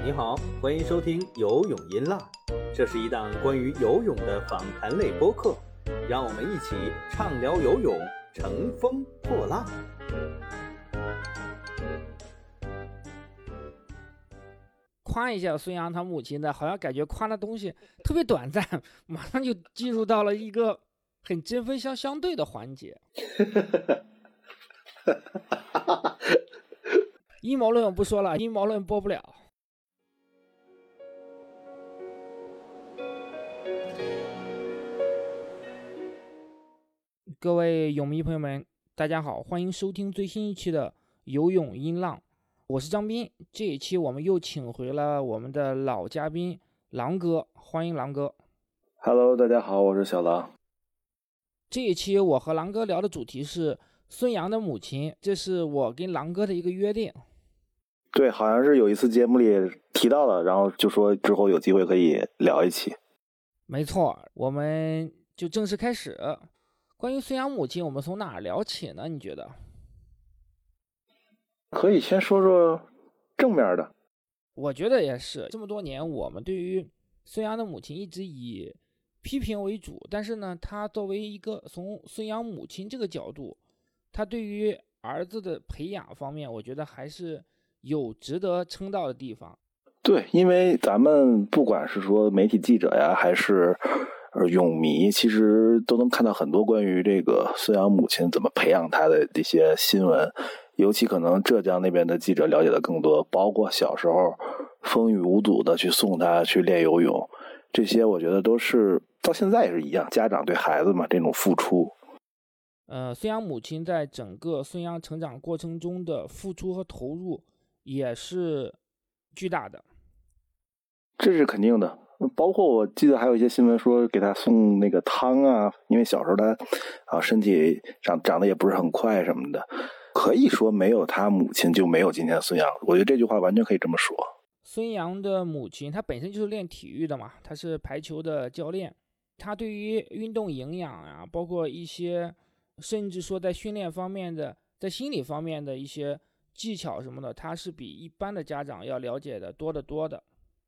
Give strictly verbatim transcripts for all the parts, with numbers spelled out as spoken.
你好，欢迎收听游泳音浪，这是一档关于游泳的访谈类播客，让我们一起畅聊游泳，乘风破浪。 夸一下孙杨他母亲的，好像感觉夸的东西特别短暂，马上就进入到了一个很针锋相相对的环节。阴谋论我不说了，阴谋论播不了。各位泳迷朋友们，大家好，欢迎收听最新一期的游泳音浪，我是张斌。这一期我们又请回了我们的老嘉宾狼哥，欢迎狼哥。 Hello， 大家好，我是小狼。 这一期我和狼哥聊的主题是孙杨的母亲，这是我跟狼哥的一个约定。 对，好像是有一次节目里提到了，然后就说之后有机会可以聊一期。 没错，我们就正式开始。关于孙杨母亲，我们从哪儿聊起呢？你觉得？ 可以先说说正面的。 我觉得也是，这么多年我们对于孙杨的母亲一直以批评为主，但是呢，他作为一个从孙杨母亲这个角度，他对于儿子的培养方面，我觉得还是有值得称道的地方。 对，因为咱们不管是说媒体记者呀，还是呃泳迷，其实都能看到很多关于这个孙杨母亲怎么培养他的这些新闻，尤其可能浙江那边的记者了解的更多，包括小时候风雨无阻的去送他去练游泳，这些我觉得都是到现在也是一样，家长对孩子嘛这种付出。 呃，孙杨母亲在整个孙杨成长过程中的付出和投入也是巨大的。 这是肯定的，包括我记得还有一些新闻说给他送那个汤啊，因为小时候他啊身体长长得也不是很快什么的，可以说没有他母亲就没有今天的孙杨，我觉得这句话完全可以这么说。 孙杨的母亲她本身就是练体育的嘛，她是排球的教练，她对于运动营养啊，包括一些甚至说在训练方面的，在心理方面的一些技巧什么的，她是比一般的家长要了解的多得多的。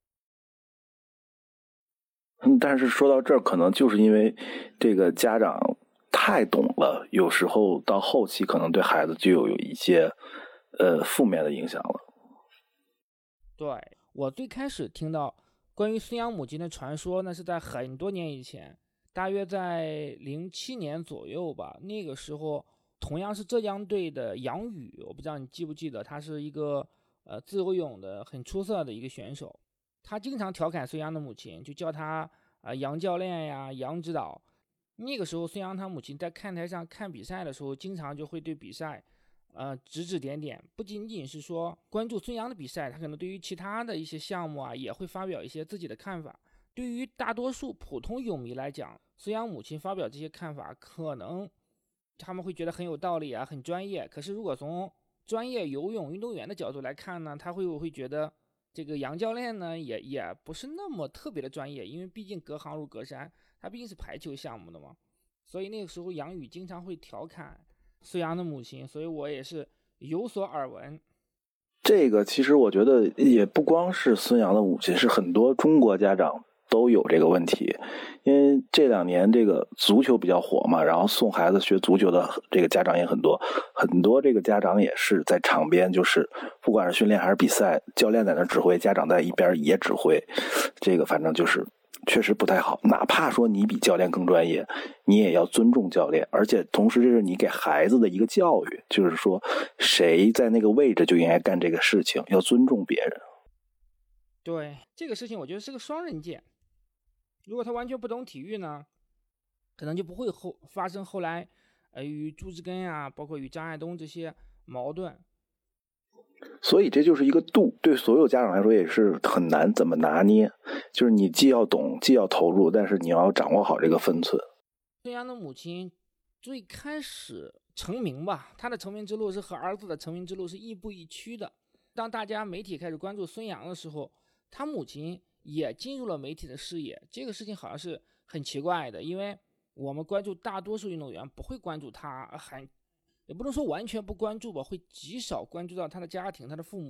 嗯，但是说到这儿，可能就是因为这个家长太懂了，有时候到后期可能对孩子就有有一些呃负面的影响了。 对，我最开始听到关于孙杨母亲的传说，那是在很多年以前，大约在零七年左右吧。那个时候，同样是浙江队的杨宇，我不知道你记不记得，他是一个呃自由泳的很出色的一个选手。他经常调侃孙杨的母亲，就叫他啊、呃、杨教练呀、杨指导。那个时候，孙杨他母亲在看台上看比赛的时候，经常就会对比赛呃指指点点，不仅仅是说关注孙杨的比赛，他可能对于其他的一些项目啊，也会发表一些自己的看法。对于大多数普通泳迷来讲，孙杨母亲发表这些看法，可能他们会觉得很有道理啊，很专业。可是如果从专业游泳运动员的角度来看呢，他会会觉得这个杨教练呢，也也不是那么特别的专业，因为毕竟隔行如隔山，他毕竟是排球项目的嘛。所以那个时候杨宇经常会调侃孙杨的母亲，所以我也是有所耳闻。 这个其实我觉得也不光是孙杨的母亲，是很多中国家长都有这个问题。因为这两年这个足球比较火嘛，然后送孩子学足球的这个家长也很多，很多这个家长也是在场边，就是不管是训练还是比赛，教练在那指挥，家长在一边也指挥，这个反正就是确实不太好。哪怕说你比教练更专业，你也要尊重教练，而且同时这是你给孩子的一个教育，就是说谁在那个位置就应该干这个事情，要尊重别人。 对，这个事情我觉得是个双刃剑。如果他完全不懂体育呢，可能就不会后发生后来呃与朱志根啊，包括与张爱东这些矛盾。 所以这就是一个度，对所有家长来说也是很难怎么拿捏，就是你既要懂既要投入，但是你要掌握好这个分寸。 孙杨的母亲最开始成名吧，她的成名之路是和儿子的成名之路是亦步亦趋的。当大家媒体开始关注孙杨的时候，他母亲也进入了媒体的视野。这个事情好像是很奇怪的，因为我们关注大多数运动员不会关注他，很也不能说完全不关注吧，会极少关注到他的家庭、他的父母。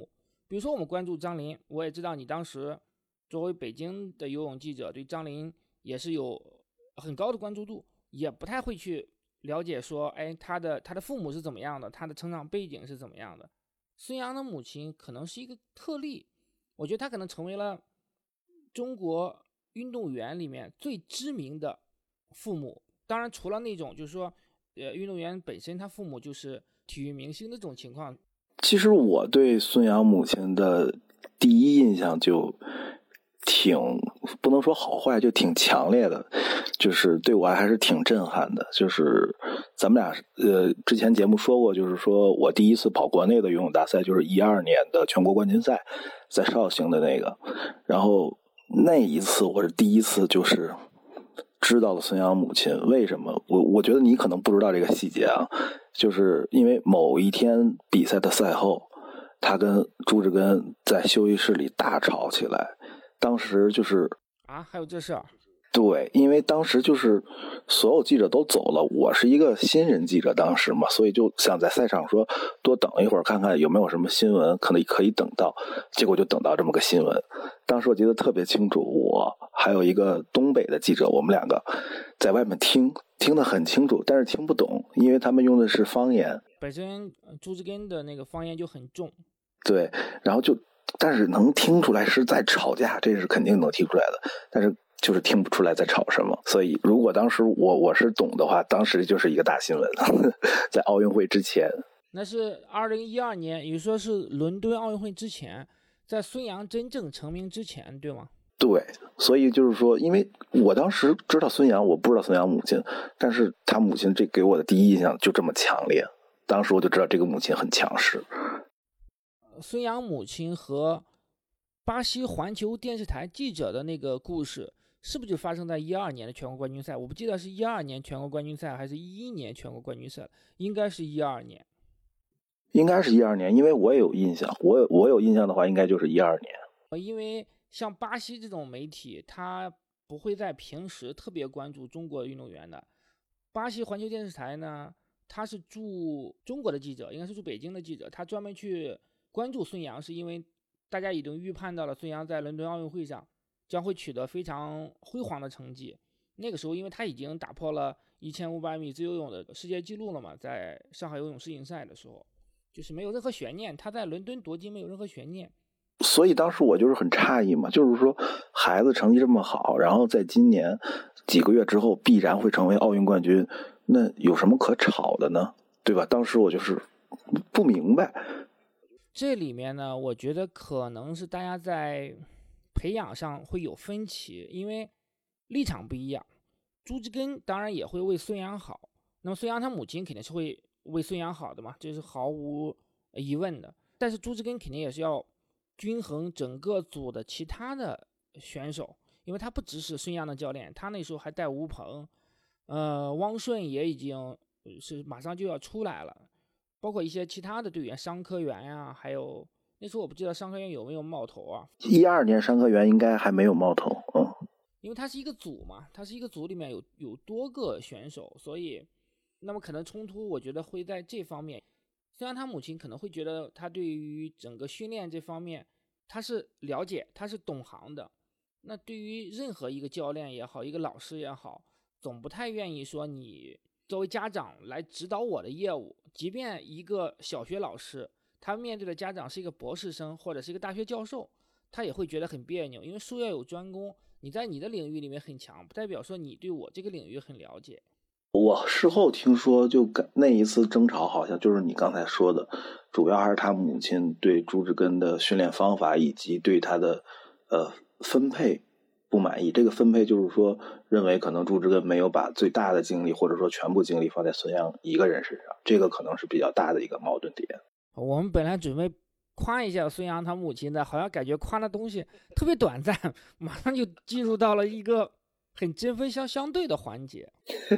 比如说我们关注张琳，我也知道你当时作为北京的游泳记者，对张琳也是有很高的关注度，也不太会去了解说，哎，他的他的父母是怎么样的，他的成长背景是怎么样的。孙杨的母亲可能是一个特例，我觉得他可能成为了中国运动员里面最知名的父母。当然，除了那种就是说，呃，运动员本身他父母就是体育明星的这种情况。 其实我对孙杨母亲的第一印象就挺不能说好坏，就挺强烈的，就是对我还是挺震撼的。就是咱们俩呃之前节目说过，就是说我第一次跑国内的游泳大赛就是一二年的全国冠军赛，在绍兴的那个，然后那一次我是第一次就是知道了孙杨母亲。为什么？我我觉得你可能不知道这个细节啊，就是因为某一天比赛的赛后，他跟朱志根在休息室里大吵起来。当时就是啊，还有这事儿？ 对，因为当时就是所有记者都走了，我是一个新人记者，当时嘛，所以就想在赛场说多等一会儿，看看有没有什么新闻可能可以等到。结果就等到这么个新闻。当时我记得特别清楚，我还有一个东北的记者，我们两个在外面听，听得很清楚，但是听不懂，因为他们用的是方言。 本身朱志根的那个方言就很重。 对，然后就但是能听出来是在吵架，这是肯定能听出来的，但是就是听不出来在吵什么。所以如果当时我我是懂的话，当时就是一个大新闻在奥运会之前。 那是二零一二年，也就是说是伦敦奥运会之前，在孙杨真正成名之前，对吗？ 对，所以就是说，因为我当时知道孙杨，我不知道孙杨母亲，但是他母亲这给我的第一印象就这么强烈，当时我就知道这个母亲很强势。 孙杨母亲和巴西环球电视台记者的那个故事，是不是就发生在一二年的全国冠军赛？我不记得是一二年全国冠军赛还是一一年全国冠军赛，应该是一二年。 应该是一二年，因为我也有印象，我有我有印象的话，应该就是一二年。 因为像巴西这种媒体，他不会在平时特别关注中国运动员的。巴西环球电视台呢，他是驻中国的记者，应该是驻北京的记者，他专门去关注孙杨，是因为大家已经预判到了孙杨在伦敦奥运会上将会取得非常辉煌的成绩。那个时候因为他已经打破了一千五百米自由泳的世界纪录了嘛，在上海游泳世锦赛的时候，就是没有任何悬念，他在伦敦夺金没有任何悬念。 所以当时我就是很诧异嘛，就是说孩子成绩这么好，然后在今年几个月之后必然会成为奥运冠军，那有什么可吵的呢？对吧？当时我就是不明白。 这里面呢，我觉得可能是大家在培养上会有分歧，因为立场不一样。朱志根当然也会为孙杨好，那么孙杨他母亲肯定是会为孙杨好的嘛，这是毫无疑问的。但是朱志根肯定也是要均衡整个组的其他的选手，因为他不只是孙杨的教练，他那时候还带吴鹏，呃，汪顺也已经是马上就要出来了。包括一些其他的队员，商科员呀、啊，还有那时候我不记得商科员有没有冒头啊？ 一二年商科员应该还没有冒头，嗯， 因为它是一个组嘛，它是一个组里面有有多个选手，所以那么可能冲突，我觉得会在这方面。虽然他母亲可能会觉得他对于整个训练这方面他是了解，他是懂行的，那对于任何一个教练也好，一个老师也好，总不太愿意说你作为家长来指导我的业务。即便一个小学老师，他面对的家长是一个博士生或者是一个大学教授，他也会觉得很别扭，因为术业有专攻，你在你的领域里面很强，不代表说你对我这个领域很了解。 我事后听说，就那一次争吵好像就是你刚才说的，主要还是他母亲对朱志根的训练方法以及对他的呃分配不满意。这个分配就是说，认为可能朱志根没有把最大的精力或者说全部精力放在孙杨一个人身上，这个可能是比较大的一个矛盾点。 我们本来准备夸一下孙杨他母亲的，好像感觉夸的东西特别短暂，马上就进入到了一个很针锋相相对的环节。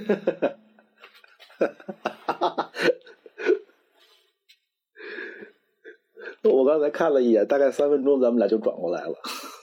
我刚才看了一眼，大概三分钟咱们俩就转过来了。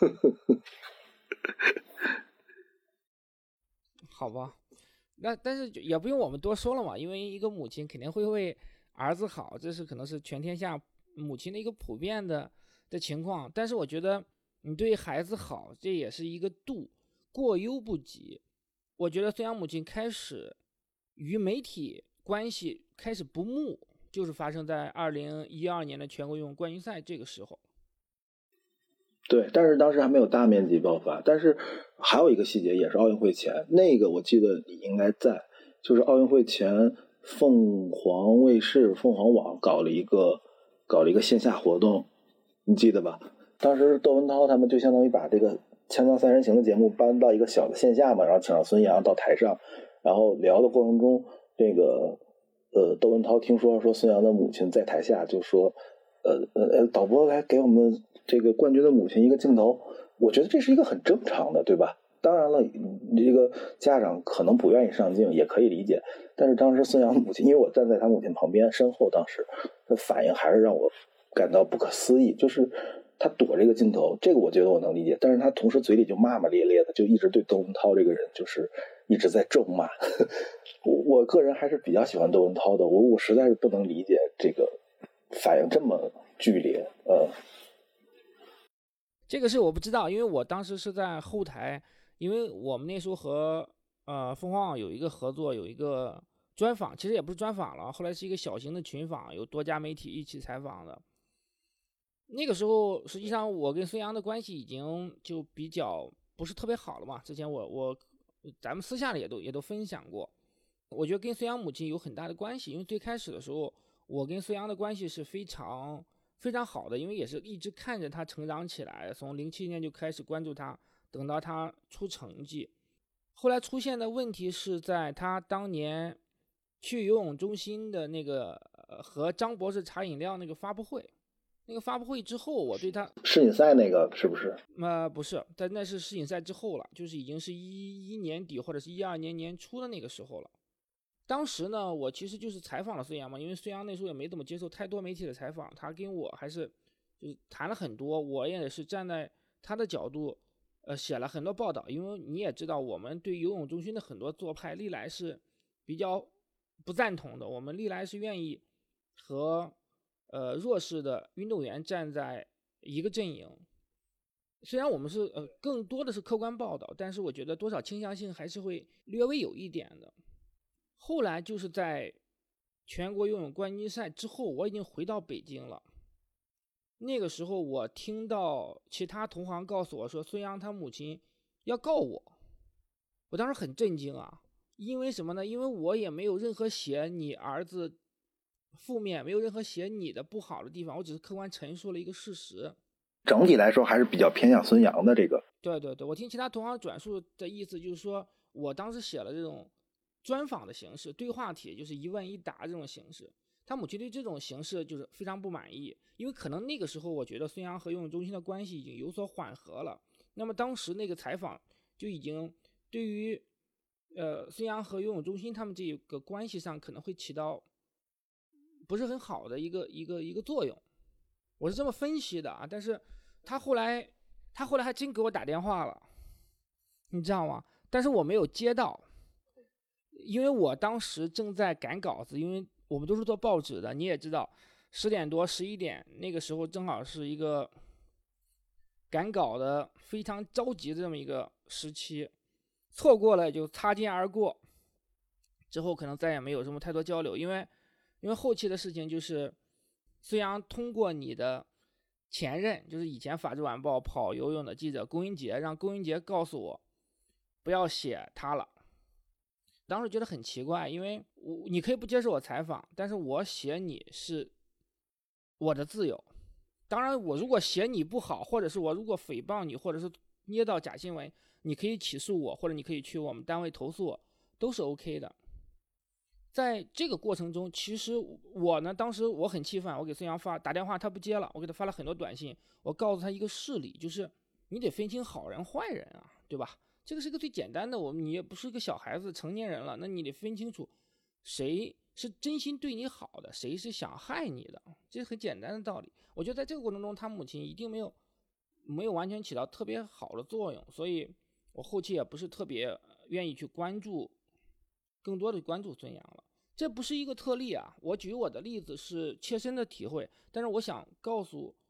好吧，那但是也不用我们多说了嘛，因为一个母亲肯定会为儿子好，这是可能是全天下母亲的一个普遍的的情况，但是我觉得你对孩子好，这也是一个度，过犹不及。我觉得孙杨母亲开始与媒体关系开始不睦，就是发生在二零一二年的全国游泳冠军赛这个时候。 对，但是当时还没有大面积爆发。但是还有一个细节，也是奥运会前，那个我记得你应该在，就是奥运会前，凤凰卫视、凤凰网搞了一个搞了一个线下活动，你记得吧？当时窦文涛他们就相当于把这个锵锵三人行的节目搬到一个小的线下嘛，然后请上孙杨到台上，然后聊的过程中，这个呃窦文涛听说说孙杨的母亲在台下就说，呃呃导播来给我们这个冠军的母亲一个镜头，我觉得这是一个很正常的，对吧？当然了，这个家长可能不愿意上镜，也可以理解。但是当时孙杨母亲，因为我站在他母亲旁边身后，当时的反应还是让我感到不可思议，就是他躲这个镜头，这个我觉得我能理解。但是他同时嘴里就骂骂咧咧的，就一直对窦文涛这个人就是一直在咒骂。我我个人还是比较喜欢窦文涛的，我我实在是不能理解这个反应这么剧烈，呃。 这个是我不知道，因为我当时是在后台，因为我们那时候和呃凤凰网有一个合作，有一个专访，其实也不是专访了，后来是一个小型的群访，有多家媒体一起采访的。那个时候实际上我跟孙杨的关系已经就比较不是特别好了嘛，之前我我咱们私下里也都也都分享过，我觉得跟孙杨母亲有很大的关系，因为最开始的时候我跟孙杨的关系是非常非常好的，因为也是一直看着他成长起来，从零七年就开始关注他，等到他出成绩。后来出现的问题是在他当年去游泳中心的那个、呃、和张博士茶饮料那个发布会，那个发布会之后，我对他世锦赛那个是不是？ 呃，不是，但那是世锦赛之后了，就是已经是一一年底或者是一二年年初的那个时候了。当时呢，我其实就是采访了孙杨嘛，因为孙杨那时候也没怎么接受太多媒体的采访，他跟我还是就是谈了很多，我也是站在他的角度，呃，写了很多报道。因为你也知道，我们对游泳中心的很多做派历来是比较不赞同的，我们历来是愿意和呃弱势的运动员站在一个阵营。虽然我们是呃更多的是客观报道，但是我觉得多少倾向性还是会略微有一点的。后来就是在全国游泳冠军赛之后，我已经回到北京了。那个时候我听到其他同行告诉我说孙杨他母亲要告我，我当时很震惊啊，因为什么呢？因为我也没有任何写你儿子负面，没有任何写你的不好的地方，我只是客观陈述了一个事实。 整体来说还是比较偏向孙杨的这个。 对对对，我听其他同行转述的意思就是说，我当时写了这种专访的形式，对话题就是一问一答这种形式，他母亲对这种形式就是非常不满意，因为可能那个时候我觉得孙杨和游泳中心的关系已经有所缓和了，那么当时那个采访就已经对于呃孙杨和游泳中心他们这个关系上可能会起到不是很好的一个一个一个作用，我是这么分析的啊。但是他后来他后来还真给我打电话了，你知道吗？但是我没有接到，因为我当时正在赶稿子，因为我们都是做报纸的，你也知道，十点多十一点那个时候正好是一个赶稿的非常着急的这么一个时期，错过了就擦肩而过，之后可能再也没有什么太多交流，因为因为后期的事情就是孙杨通过你的前任，就是以前法制晚报跑游泳的记者龚云杰，让龚云杰告诉我不要写他了。当时觉得很奇怪，因为我你可以不接受我采访，但是我写你是我的自由。当然我如果写你不好，或者是我如果诽谤你，或者是捏造假新闻，你可以起诉我，或者你可以去我们单位投诉我，都是 OK 的。在这个过程中，其实我呢当时我很气愤，我给孙杨发打电话他不接了，我给他发了很多短信，我告诉他一个事理，就是你得分清好人坏人啊，对吧？这个是一个最简单的，我们你也不是一个小孩子成年人了，那你得分清楚谁是真心对你好的，谁是想害你的，这是很简单的道理。我觉得在这个过程中他母亲一定没有没有完全起到特别好的作用，所以我后期也不是特别愿意去关注更多的关注孙杨了。这不是一个特例啊，我举我的例子是切身的体会，但是我想告诉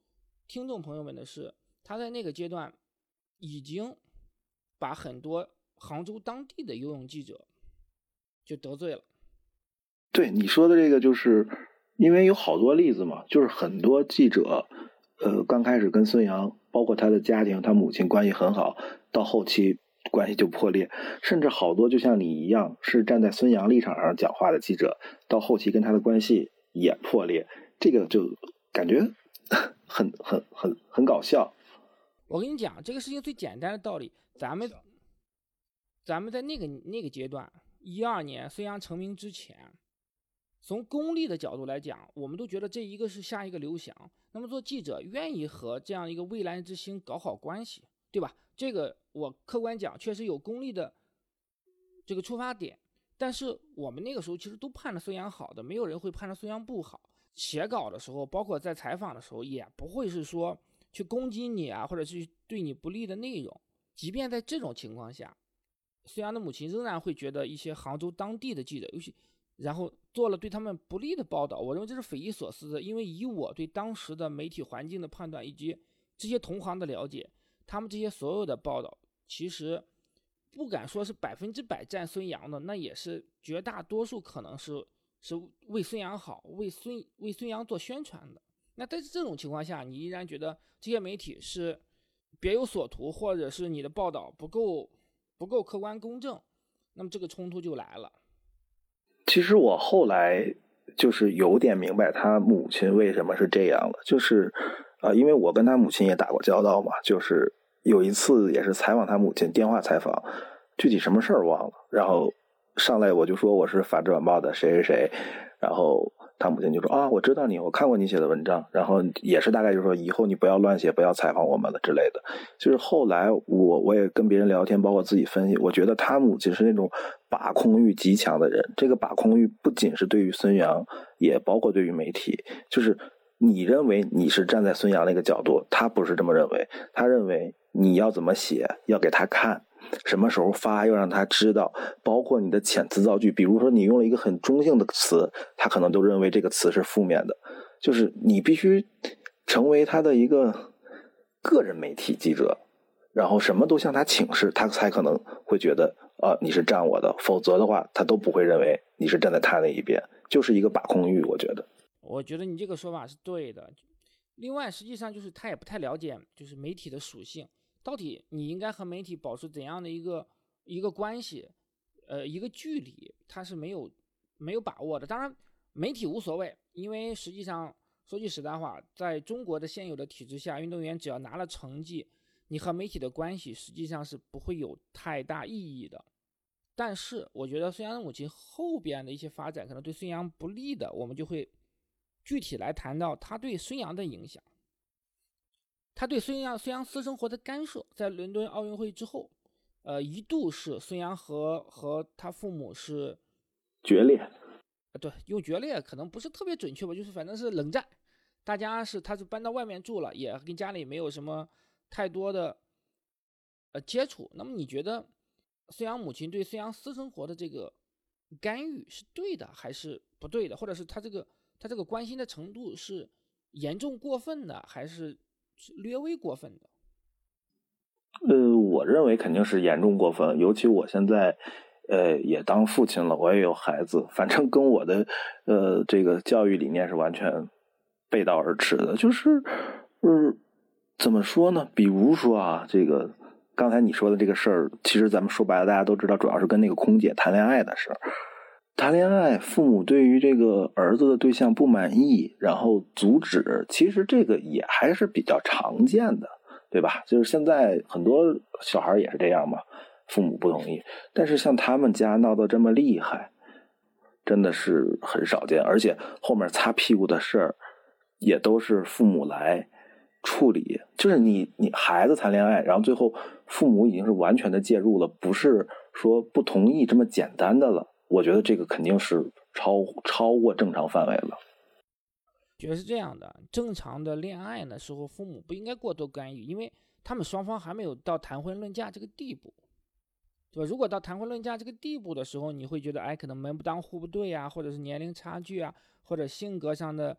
听众朋友们的是，他在那个阶段已经把很多杭州当地的游泳记者就得罪了。 对你说的这个，就是因为有好多例子嘛，就是很多记者，呃，刚开始跟孙杨，包括他的家庭，他母亲关系很好，到后期关系就破裂，甚至好多就像你一样，是站在孙杨立场上讲话的记者，到后期跟他的关系也破裂，这个就感觉很很很很搞笑。 我跟你讲，这个事情最简单的道理，咱们咱们在那个那个阶段，一二年孙杨成名之前，从功利的角度来讲，我们都觉得这一个是下一个刘翔。那么做记者愿意和这样一个蔚蓝之星搞好关系，对吧？这个我客观讲确实有功利的这个出发点，但是我们那个时候其实都盼着孙杨好的，没有人会盼着孙杨不好。写稿的时候，包括在采访的时候，也不会是说去攻击你啊，或者是对你不利的内容。即便在这种情况下，孙杨的母亲仍然会觉得一些杭州当地的记者，尤其然后做了对他们不利的报道。我认为这是匪夷所思的，因为以我对当时的媒体环境的判断以及这些同行的了解，他们这些所有的报道其实不敢说是百分之百站孙杨的，那也是绝大多数可能是是为孙杨好，为孙为孙杨做宣传的。那在这种情况下，你依然觉得这些媒体是别有所图，或者是你的报道不够不够客观公正，那么这个冲突就来了。 其实我后来就是有点明白他母亲为什么是这样了，就是呃，因为我跟他母亲也打过交道嘛，就是有一次也是采访他母亲，电话采访，具体什么事儿忘了，然后上来我就说我是法制晚报的谁谁谁，然后他母亲就说啊，我知道你，我看过你写的文章，然后也是大概就是说以后你不要乱写，不要采访我们了之类的。就是后来我我也跟别人聊天，包括自己分析，我觉得他母亲是那种把控欲极强的人。这个把控欲不仅是对于孙杨，也包括对于媒体。就是你认为你是站在孙杨那个角度，他不是这么认为，他认为你要怎么写，要给他看。什么时候发要让他知道，包括你的遣词造句，比如说你用了一个很中性的词，他可能都认为这个词是负面的。就是你必须成为他的一个个人媒体记者，然后什么都向他请示，他才可能会觉得啊你是站我的，否则的话他都不会认为你是站在他那一边，就是一个把控欲。我觉得我觉得你这个说法是对的。另外实际上就是他也不太了解就是媒体的属性，到底你应该和媒体保持怎样的一个一个关系，呃，一个距离，他是没有没有把握的。当然，媒体无所谓，因为实际上说句实在话，在中国的现有的体制下，运动员只要拿了成绩，你和媒体的关系实际上是不会有太大意义的。但是，我觉得孙杨的母亲后边的一些发展可能对孙杨不利的，我们就会具体来谈到他对孙杨的影响。他对孙杨孙杨私生活的干涉，在伦敦奥运会之后，呃，一度是孙杨和和他父母是决裂， 呃，对，用决裂可能不是特别准确吧，就是反正是冷战，大家是他是搬到外面住了，也跟家里没有什么太多的呃接触。那么你觉得孙杨母亲对孙杨私生活的这个干预是对的还是不对的？或者是他这个他这个关心的程度是严重过分的，还是是略微过分的？ 呃，我认为肯定是严重过分，尤其我现在呃也当父亲了，我也有孩子，反正跟我的呃这个教育理念是完全背道而驰的。就是呃怎么说呢？比如说啊，这个刚才你说的这个事儿，其实咱们说白了，大家都知道，主要是跟那个空姐谈恋爱的事儿。谈恋爱，父母对于这个儿子的对象不满意，然后阻止，其实这个也还是比较常见的，对吧？就是现在很多小孩也是这样嘛，父母不同意。但是像他们家闹得这么厉害，真的是很少见，而且后面擦屁股的事儿也都是父母来处理。就是你你孩子谈恋爱，然后最后父母已经是完全的介入了，不是说不同意这么简单的了。我觉得这个肯定是超超过正常范围了。 觉得是这样的，正常的恋爱的时候，父母不应该过多干预，因为他们双方还没有到谈婚论嫁这个地步，对吧？如果到谈婚论嫁这个地步的时候，你会觉得，哎，可能门不当户不对啊，或者是年龄差距啊，或者性格上的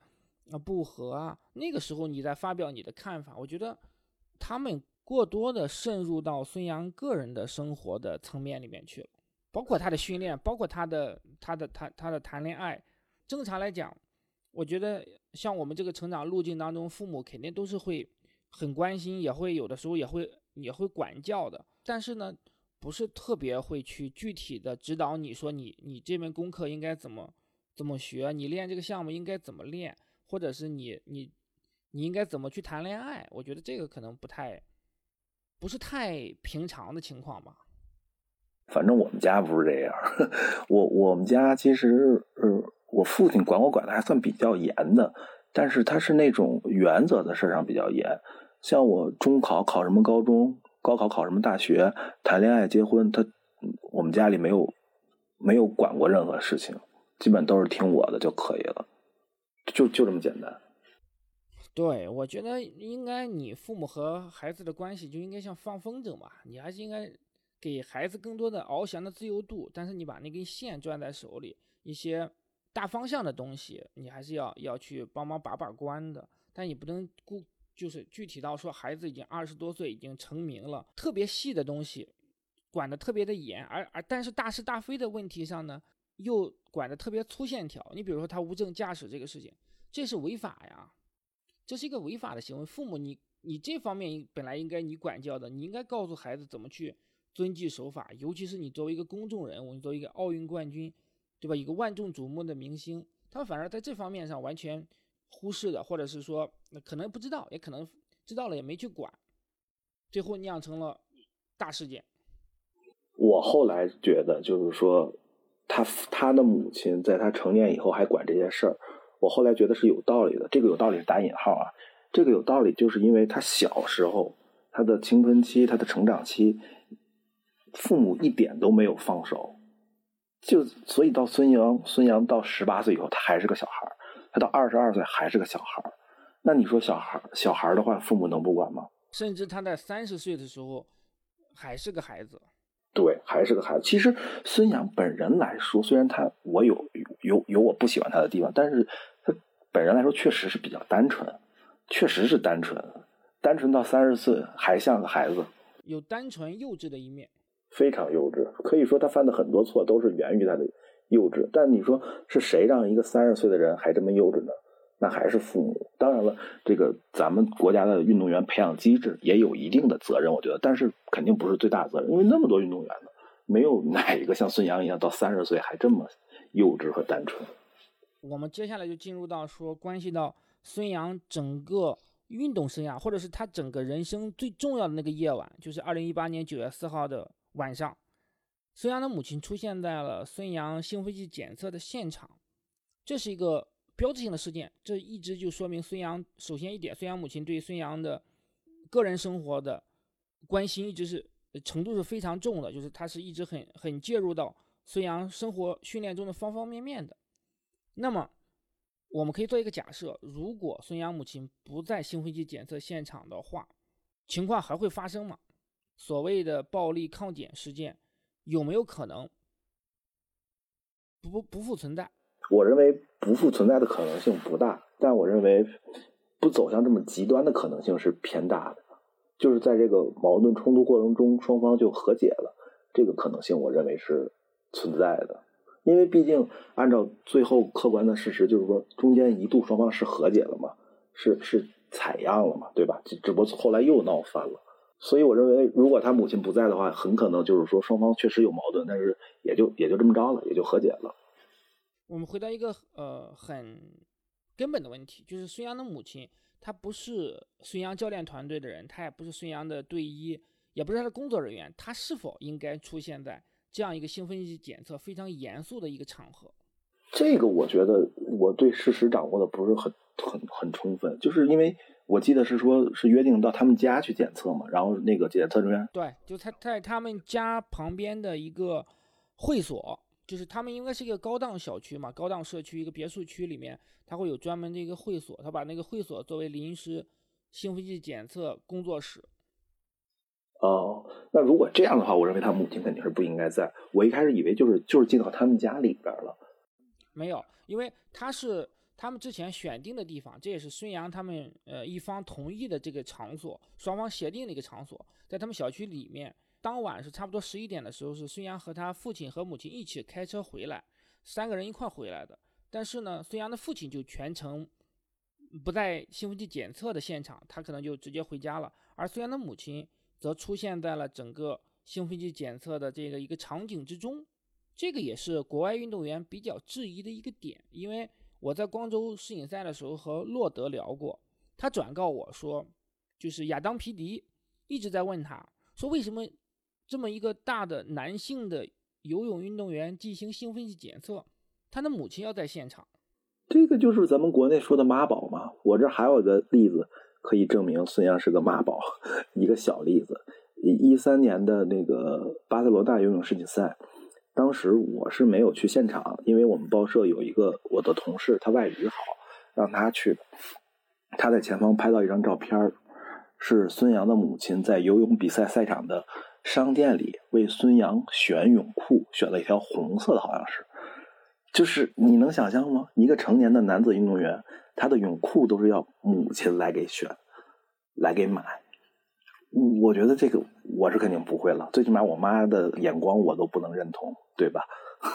啊不和啊，那个时候你在发表你的看法，我觉得他们过多的渗入到孙杨个人的生活的层面里面去了，包括他的训练，包括他的他的他他的谈恋爱。正常来讲，我觉得像我们这个成长路径当中，父母肯定都是会很关心，也会有的时候也会也会管教的，但是呢，不是特别会去具体的指导你说你你这门功课应该怎么怎么学，你练这个项目应该怎么练，或者是你你你应该怎么去谈恋爱。我觉得这个可能不太不是太平常的情况吧。 反正我们家不是这样，我我们家其实呃，我父亲管我管的还算比较严的，但是他是那种原则的事上比较严。像我中考考什么高中，高考考什么大学，谈恋爱结婚，他我们家里没有没有管过任何事情，基本都是听我的就可以了，就就这么简单。 对，我觉得应该你父母和孩子的关系就应该像放风筝嘛，你还是应该给孩子更多的翱翔的自由度，但是你把那根线攥在手里，一些大方向的东西你还是要要去帮忙把把关的，但你不能顾就是具体到说孩子已经二十多岁已经成名了，特别细的东西管得特别的严，而而但是大是大非的问题上呢又管得特别粗线条。你比如说他无证驾驶这个事情，这是违法呀，这是一个违法的行为。父母你你这方面本来应该你管教的，你应该告诉孩子怎么去遵纪守法，尤其是你作为一个公众人物，你作为一个奥运冠军，对吧，一个万众瞩目的明星，他们反而在这方面上完全忽视的，或者是说可能不知道，也可能知道了也没去管，最后酿成了大事件。 我后来觉得就是说他他的母亲在他成年以后还管这些事儿，我后来觉得是有道理的。这个有道理是打引号啊，这个有道理就是因为他小时候他的青春期他的成长期父母一点都没有放手，就所以到孙杨孙杨到十八岁以后他还是个小孩，他到二十二岁还是个小孩，那你说小孩小孩的话父母能不管吗？ 甚至他在三十岁的时候还是个孩子。 对，还是个孩子。其实孙杨本人来说，虽然他我有有有我不喜欢他的地方，但是他本人来说确实是比较单纯，确实是单纯，单纯到三十岁还像个孩子， 有单纯幼稚的一面， 非常幼稚。可以说他犯的很多错都是源于他的幼稚。但你说是谁让一个三十岁的人还这么幼稚呢？那还是父母。当然了，这个咱们国家的运动员培养机制也有一定的责任，我觉得，但是肯定不是最大的责任，因为那么多运动员呢，没有哪一个像孙杨一样到三十岁还这么幼稚和单纯。 我们接下来就进入到说关系到孙杨整个运动生涯，或者是他整个人生最重要的那个夜晚，就是二零一八年九月四号的晚上，孙杨的母亲出现在了孙杨兴奋剂检测的现场，这是一个标志性的事件。这一直就说明孙杨，首先一点，孙杨母亲对孙杨的个人生活的关心一直是程度是非常重的，就是他是一直很很介入到孙杨生活训练中的方方面面的。那么我们可以做一个假设，如果孙杨母亲不在兴奋剂检测现场的话，情况还会发生吗？所谓的暴力抗检事件有没有可能不不不复存在？ 我认为不复存在的可能性不大，但我认为不走向这么极端的可能性是偏大的，就是在这个矛盾冲突过程中双方就和解了，这个可能性我认为是存在的。因为毕竟按照最后客观的事实，就是说中间一度双方是和解了嘛，是是采样了嘛，对吧？只不过后来又闹翻了。所以我认为如果他母亲不在的话，很可能就是说双方确实有矛盾，但是也就也就这么着了，也就和解了。 我们回到一个呃很根本的问题，就是孙杨的母亲她不是孙杨教练团队的人，她也不是孙杨的队医，也不是他的工作人员，她是否应该出现在这样一个兴奋剂检测非常严肃的一个场合？ 这个我觉得我对事实掌握的不是很很很充分，就是因为我记得是说是约定到他们家去检测嘛，然后那个检测人员对，就他在他们家旁边的一个会所，就是他们应该是一个高档小区嘛，高档社区一个别墅区里面，他会有专门的一个会所，他把那个会所作为临时兴奋剂检测工作室。 哦，那如果这样的话，我认为他母亲肯定是不应该在。我一开始以为就是就是进到他们家里边了。 没有，因为他是他们之前选定的地方，这也是孙杨他们呃一方同意的这个场所，双方协定的一个场所，在他们小区里面。当晚是差不多十一点的时候，是孙杨和他父亲和母亲一起开车回来，三个人一块回来的。但是呢，孙杨的父亲就全程不在兴奋剂检测的现场，他可能就直接回家了。而孙杨的母亲则出现在了整个兴奋剂检测的这个一个场景之中。这个也是国外运动员比较质疑的一个点，因为我在光州世锦赛的时候和洛德聊过，他转告我说，就是亚当皮迪一直在问他说，为什么这么一个大的男性的游泳运动员进行兴奋剂检测，他的母亲要在现场。 这个就是咱们国内说的妈宝嘛。我这还有个例子可以证明孙杨是个妈宝，一个小例子。一三年的那个巴塞罗那游泳世锦赛，当时我是没有去现场，因为我们报社有一个我的同事，他外语好，让他去。他在前方拍到一张照片，是孙杨的母亲在游泳比赛赛场的商店里为孙杨选泳裤，选了一条红色的，好像是。就是你能想象吗？一个成年的男子运动员，他的泳裤都是要母亲来给选，来给买。我觉得这个我是肯定不会了，最起码我妈的眼光我都不能认同，对吧？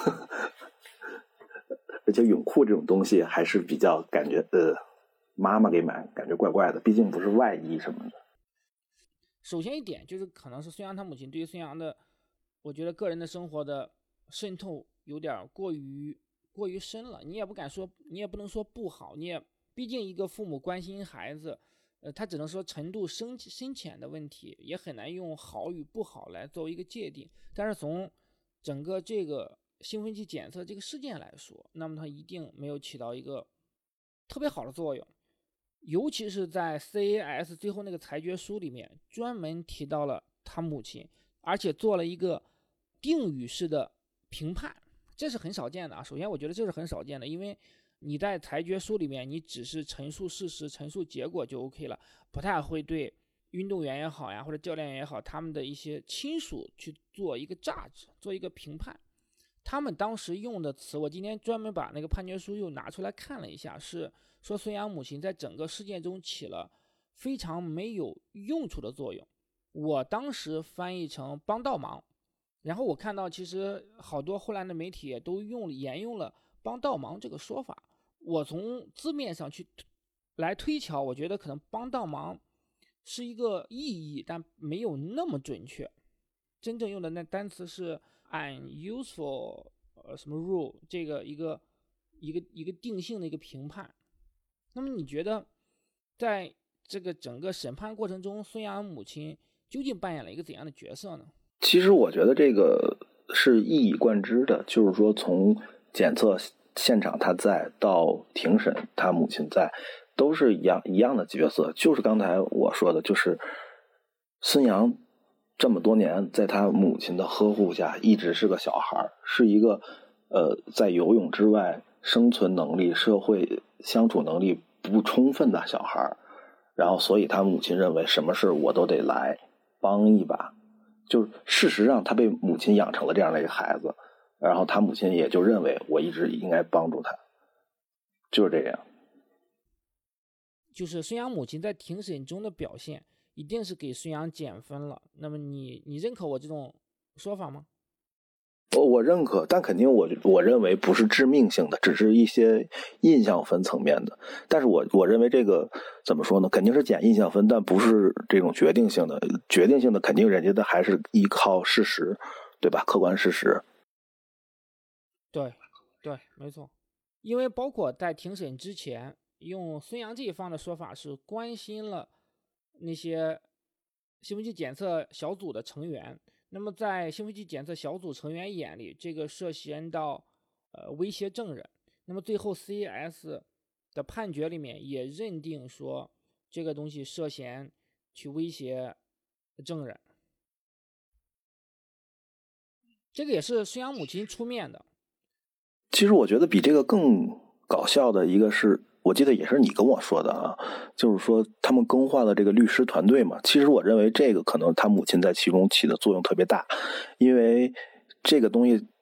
而且泳裤这种东西还是比较感觉呃，妈妈给买感觉怪怪的，毕竟不是外衣什么的。 首先一点就是可能是孙杨他母亲对于孙杨的，我觉得个人的生活的渗透有点过于过于深了。你也不敢说，你也不能说不好，你也毕竟一个父母关心孩子，呃，他只能说程度深深浅的问题，也很难用好与不好来作为一个界定。但是从整个这个兴奋剂检测这个事件来说，那么它一定没有起到一个特别好的作用。尤其是在 C A S 最后那个裁决书里面专门提到了他母亲，而且做了一个定语式的评判，这是很少见的啊。首先我觉得这是很少见的，因为你在裁决书里面你只是陈述事实陈述结果就 OK 了，不太会对运动员也好呀或者教练也好他们的一些亲属去做一个judge，做一个评判。他们当时用的词，我今天专门把那个判决书又拿出来看了一下，是说孙杨母亲在整个事件中起了非常没有用处的作用。我当时翻译成帮倒忙，然后我看到其实好多后来的媒体也都用沿用了帮倒忙这个说法。我从字面上去来推敲，我觉得可能帮倒忙是一个意义，但没有那么准确。真正用的那单词是 unuseful 呃什么 rule， 这个一个一个一个定性的一个评判。那么你觉得在这个整个审判过程中，孙杨母亲究竟扮演了一个怎样的角色呢？ 其实我觉得这个是一以贯之的，就是说从检测现场他在到庭审他母亲在，都是一样一样的角色。就是刚才我说的，就是孙杨这么多年在他母亲的呵护下一直是个小孩，是一个呃在游泳之外生存能力社会相处能力不充分的小孩，然后所以他母亲认为什么事我都得来帮一把，就是事实上他被母亲养成了这样的一个孩子，然后他母亲也就认为我一直应该帮助他，就是这样。 就是孙杨母亲在庭审中的表现一定是给孙杨减分了，那么你你认可我这种说法吗？ 我我认可，但肯定我我认为不是致命性的，只是一些印象分层面的。但是我我认为这个怎么说呢？肯定是减印象分，但不是这种决定性的。决定性的肯定人家的还是依靠事实，对吧？客观事实。 对对，没错。因为包括在庭审之前，用孙杨这一方的说法是关心了那些兴奋剂检测小组的成员。那么在兴奋剂检测小组成员眼里，这个涉嫌到呃威胁证人。那么最后 C A S 的判决里面也认定说这个东西涉嫌去威胁证人。这个也是孙杨母亲出面的。 其实我觉得比这个更搞笑的一个是，我记得也是你跟我说的啊，就是说他们更换了这个律师团队嘛。其实我认为这个可能他母亲在其中起的作用特别大，因为这个东西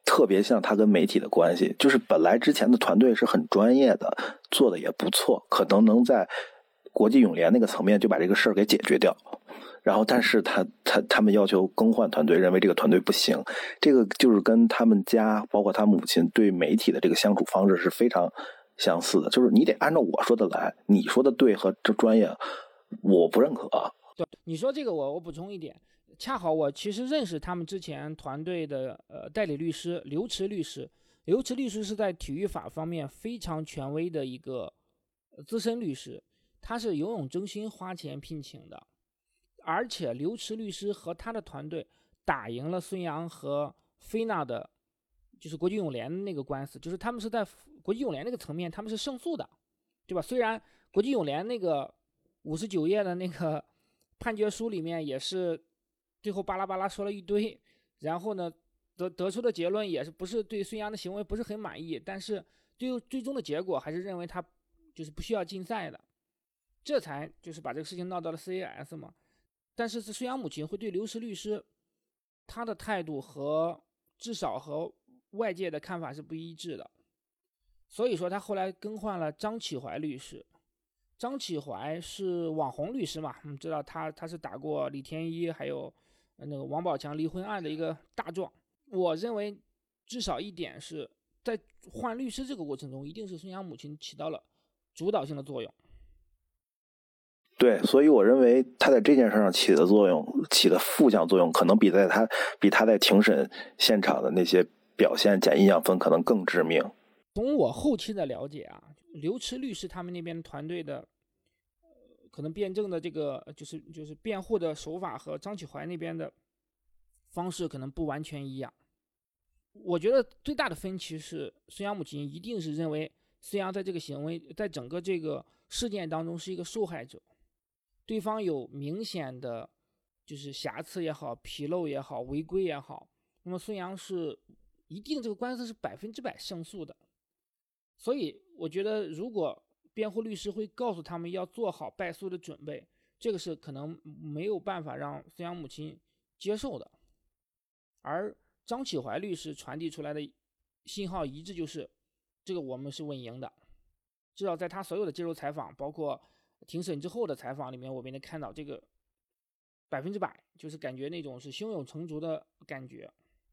特别像他跟媒体的关系，就是本来之前的团队是很专业的，做的也不错，可能能在国际泳联那个层面就把这个事儿给解决掉。然后，但是他他他们要求更换团队，认为这个团队不行，这个就是跟他们家包括他母亲对媒体的这个相处方式是非常相似的，就是你得按照我说的来，你说的对和这专业，我不认可。 对，你说这个我我补充一点，恰好我其实认识他们之前团队的呃代理律师刘驰律师，刘驰律师是在体育法方面非常权威的一个资深律师，他是游泳中心花钱聘请的。而且刘驰律师和他的团队打赢了孙杨和菲娜的，就是国际泳联那个官司，就是他们是在国际泳联那个层面，他们是胜诉的，对吧？虽然国际泳联那个五十九页的那个判决书里面也是最后巴拉巴拉说了一堆，然后呢得得出的结论也是不是对孙杨的行为不是很满意，但是最最终的结果还是认为他就是不需要禁赛的，这才就是把这个事情闹到了 C A S 嘛。但是孙杨母亲会对刘驰律师他的态度和至少和外界的看法是不一致的，所以说他后来更换了张启怀律师。张启怀是网红律师嘛，我们知道他他是打过李天一还有那个王宝强离婚案的一个大状。我认为至少一点是在换律师这个过程中，一定是孙杨母亲起到了主导性的作用。 对，所以我认为他在这件事上起的作用，起的负向作用，可能比在他比他在庭审现场的那些表现减印象分可能更致命。 从我后期的了解啊，刘驰律师他们那边团队的、呃、可能辩证的这个就是就是辩护的手法和张启怀那边的方式可能不完全一样。我觉得最大的分歧是孙杨母亲一定是认为孙杨在这个行为在整个这个事件当中是一个受害者，对方有明显的就是瑕疵也好、纰漏也好、违规也好，那么孙杨是一定这个官司是百分之百胜诉的。所以我觉得如果辩护律师会告诉他们要做好败诉的准备，这个是可能没有办法让孙杨母亲接受的。而张启怀律师传递出来的信号一致，就是这个我们是稳赢的，至少在他所有的接受采访包括庭审之后的采访里面，我们能看到这个百分之百，就是感觉那种是胸有成竹的感觉。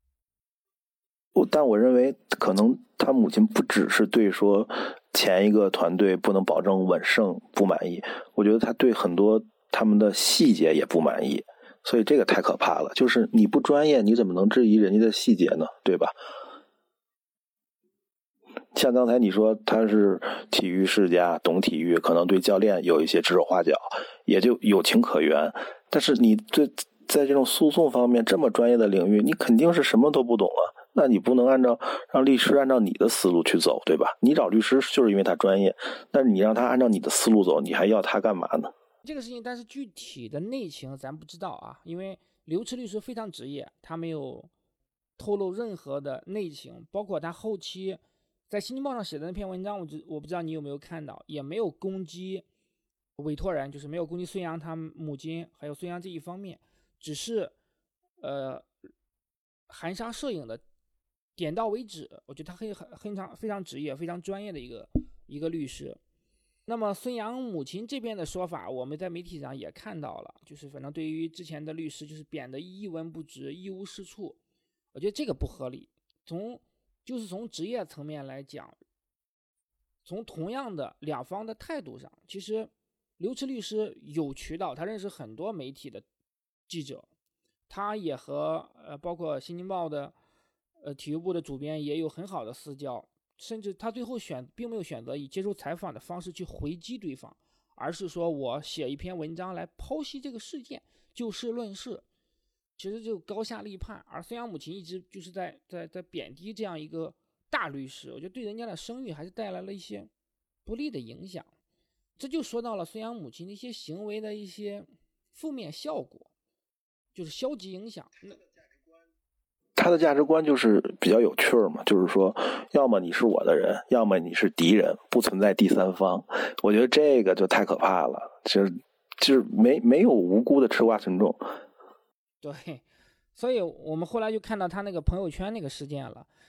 但我认为可能他母亲不只是对说前一个团队不能保证稳胜不满意，我觉得他对很多他们的细节也不满意，所以这个太可怕了。就是你不专业，你怎么能质疑人家的细节呢？对吧？像刚才你说他是体育世家，懂体育，可能对教练有一些指手画脚，也就有情可原。但是你对在这种诉讼方面这么专业的领域，你肯定是什么都不懂啊。那你不能按照让律师按照你的思路去走，对吧？你找律师就是因为他专业，但是你让他按照你的思路走，你还要他干嘛呢？ 这个事情，但是具体的内情咱不知道啊，因为刘驰律师非常职业，他没有透露任何的内情，包括他后期在《新京报》上写的那篇文章，我我不知道你有没有看到，也没有攻击委托人，就是没有攻击孙杨他母亲还有孙杨这一方面，只是呃含沙射影的点到为止。我觉得他很非常非常职业、非常专业的一个一个律师。那么孙杨母亲这边的说法，我们在媒体上也看到了，就是反正对于之前的律师，就是贬得一文不值、一无是处，我觉得这个不合理。从就是从职业层面来讲，从同样的两方的态度上，其实刘驰律师有渠道，他认识很多媒体的记者，他也和呃包括新京报的呃体育部的主编也有很好的私交，甚至他最后选并没有选择以接受采访的方式去回击对方，而是说我写一篇文章来剖析这个事件，就事论事，其实就高下立判。而孙杨母亲一直就是在在在贬低这样一个大律师，我觉得对人家的声誉还是带来了一些不利的影响。这就说到了孙杨母亲的一些行为的一些负面效果，就是消极影响。 他的价值观就是比较有趣嘛，就是说要么你是我的人，要么你是敌人，不存在第三方。我觉得这个就太可怕了，就是就是没没有无辜的吃瓜群众。 对，所以我们后来就看到他那个朋友圈那个事件了。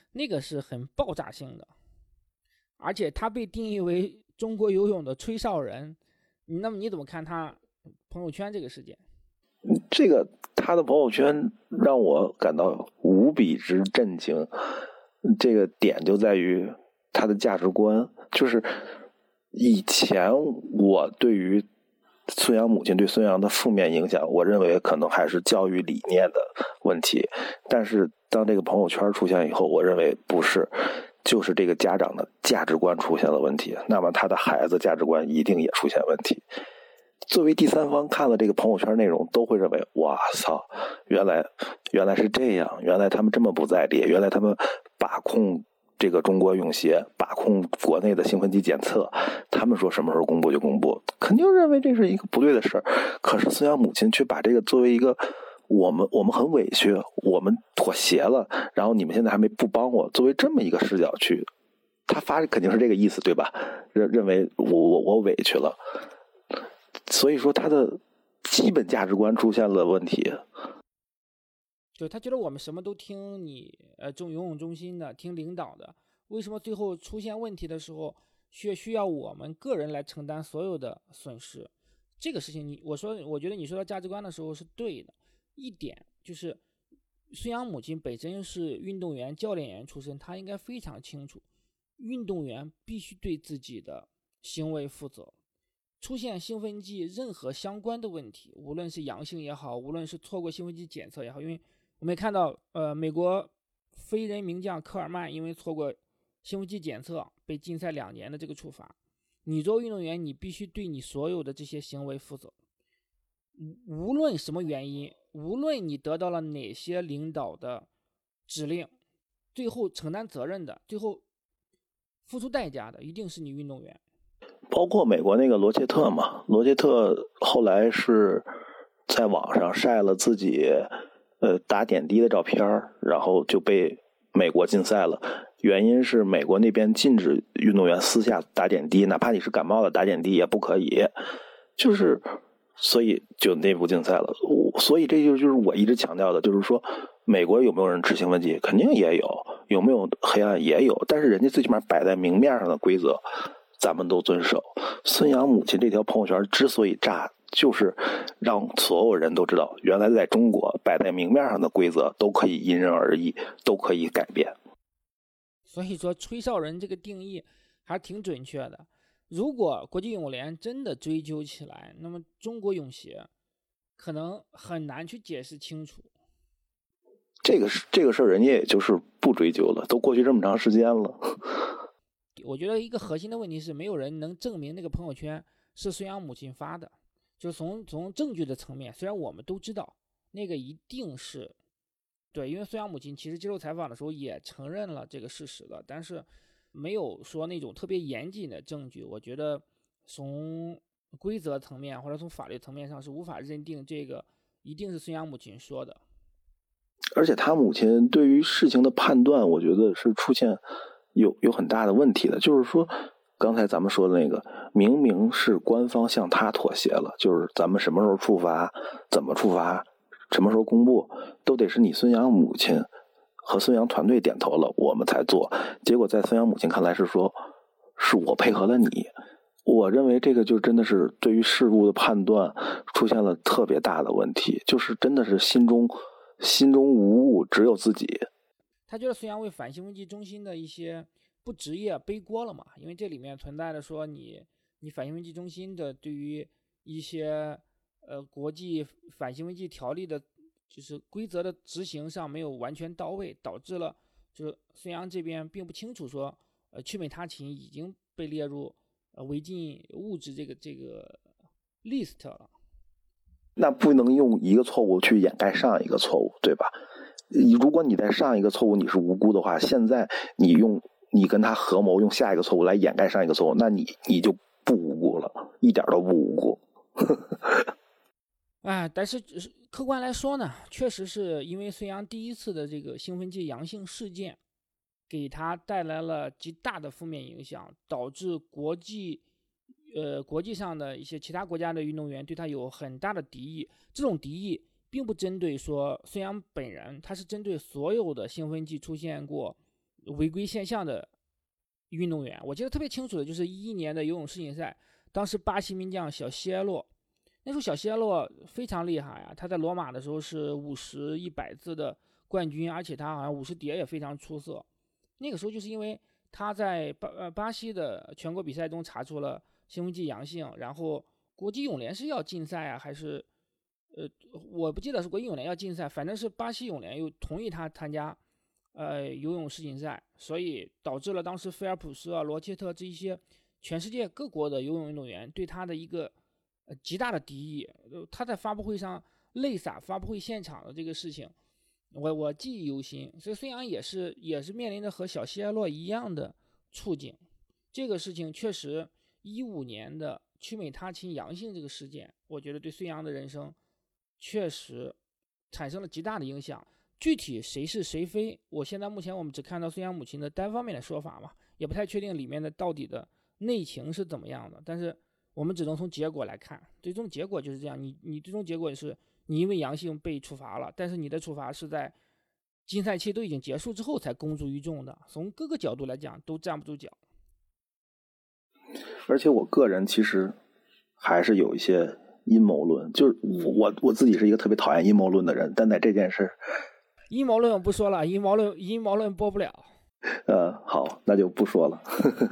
那个是很爆炸性的，而且他被定义为中国游泳的吹哨人。那么你怎么看他朋友圈这个事件？ 这个他的朋友圈让我感到无比之震惊，这个点就在于他的价值观。就是以前我对于孙杨母亲对孙杨的负面影响，我认为可能还是教育理念的问题，但是当这个朋友圈出现以后，我认为不是，就是这个家长的价值观出现了问题，那么他的孩子价值观一定也出现问题。作为第三方看了这个朋友圈内容，都会认为哇操，原来原来是这样，原来他们这么不在理，原来他们把控这个中国泳协，把控国内的兴奋剂检测，他们说什么时候公布就公布，肯定认为这是一个不对的事儿。可是孙杨母亲却把这个作为一个我们我们很委屈，我们妥协了，然后你们现在还没不帮我，作为这么一个视角去，他发肯定是这个意思，对吧？认认为我我我委屈了。所以说他的基本价值观出现了问题。 对，他觉得我们什么都听你呃中游泳中心的，听领导的，为什么最后出现问题的时候需需要我们个人来承担所有的损失？这个事情你我说我觉得你说到价值观的时候是对的。一点就是孙杨母亲本身是运动员教练员出身，他应该非常清楚运动员必须对自己的行为负责。出现兴奋剂任何相关的问题，无论是阳性也好，无论是错过兴奋剂检测也好，因为我们也看到呃，美国飞人名将科尔曼因为错过兴奋剂检测被禁赛两年的这个处罚。你作为运动员，你必须对你所有的这些行为负责，无论什么原因，无论你得到了哪些领导的指令，最后承担责任的，最后付出代价的一定是你运动员。 包括美国那个罗切特嘛，罗切特后来是在网上晒了自己呃打点滴的照片，然后就被美国禁赛了。原因是美国那边禁止运动员私下打点滴，哪怕你是感冒了打点滴也不可以，就是所以就内部禁赛了。所以这就就是我一直强调的，就是说美国有没有人吃兴奋剂，肯定也有，有没有黑暗也有，但是人家最起码摆在明面上的规则咱们都遵守。孙杨母亲这条朋友圈之所以炸，就是让所有人都知道，原来在中国摆在明面上的规则都可以因人而异，都可以改变。 所以说吹哨人这个定义还挺准确的。如果国际泳联真的追究起来，那么中国泳协可能很难去解释清楚。 这个这个事儿人家也就是不追究了，都过去这么长时间了。 我觉得一个核心的问题是，没有人能证明那个朋友圈是孙杨母亲发的。就从从证据的层面，虽然我们都知道那个一定是对，因为孙杨母亲其实接受采访的时候也承认了这个事实了，但是没有说那种特别严谨的证据。我觉得从规则层面或者从法律层面上是无法认定这个一定是孙杨母亲说的。 而且他母亲对于事情的判断，我觉得是出现有有很大的问题的。就是说刚才咱们说的那个，明明是官方向他妥协了，就是咱们什么时候处罚，怎么处罚，什么时候公布，都得是你孙杨母亲和孙杨团队点头了我们才做。结果在孙杨母亲看来是说是我配合了你。我认为这个就真的是对于事物的判断出现了特别大的问题，就是真的是心中心中无物，只有自己。 他觉得孙杨为反兴奋剂中心的一些不职业背锅了嘛？因为这里面存在的说你你反兴奋剂中心的对于一些呃国际反兴奋剂条例的，就是规则的执行上没有完全到位，导致了就是孙杨这边并不清楚说呃曲美他嗪已经被列入呃违禁物质这个这个 list 了。 那不能用一个错误去掩盖上一个错误，对吧？如果你在上一个错误你是无辜的话，现在你用你跟他合谋用下一个错误来掩盖上一个错误，那你你就不无辜了，一点都不无辜。 哎，但是客观来说呢，确实是因为孙杨第一次的这个兴奋剂阳性事件，给他带来了极大的负面影响，导致国际呃国际上的一些其他国家的运动员对他有很大的敌意。这种敌意并不针对说孙杨本人，他是针对所有的兴奋剂出现过违规现象的运动员。我记得特别清楚的就是一一年的游泳世锦赛，当时巴西名将小希埃洛，那时候小希埃洛非常厉害啊，他在罗马的时候是五十、一百字的冠军，而且他好像五十蝶也非常出色。那个时候就是因为他在巴呃巴西的全国比赛中查出了兴奋剂阳性，然后国际泳联是要禁赛啊，还是呃我不记得是国际泳联要禁赛，反正是巴西泳联又同意他参加呃游泳世锦赛，所以导致了当时菲尔普斯啊、罗切特这一些全世界各国的游泳运动员对他的一个呃极大的敌意。他在发布会上泪洒发布会现场的这个事情，我我记忆犹新。所以孙杨也是也是面临着和小希埃洛一样的处境。这个事情确实，一五年的曲美他嗪阳性这个事件，我觉得对孙杨的人生确实产生了极大的影响。具体谁是谁非，我现在目前我们只看到孙杨母亲的单方面的说法嘛，也不太确定里面的到底的内情是怎么样的。但是我们只能从结果来看，最终结果就是这样。你你最终结果是你因为阳性被处罚了，但是你的处罚是在禁赛期都已经结束之后才公诸于众的，从各个角度来讲都站不住脚。 而且我个人其实还是有一些阴谋论，就是我我自己是一个特别讨厌阴谋论的人，但在这件事， 阴谋论我不说了，阴谋论阴谋论播不了。 呃，好，那就不说了。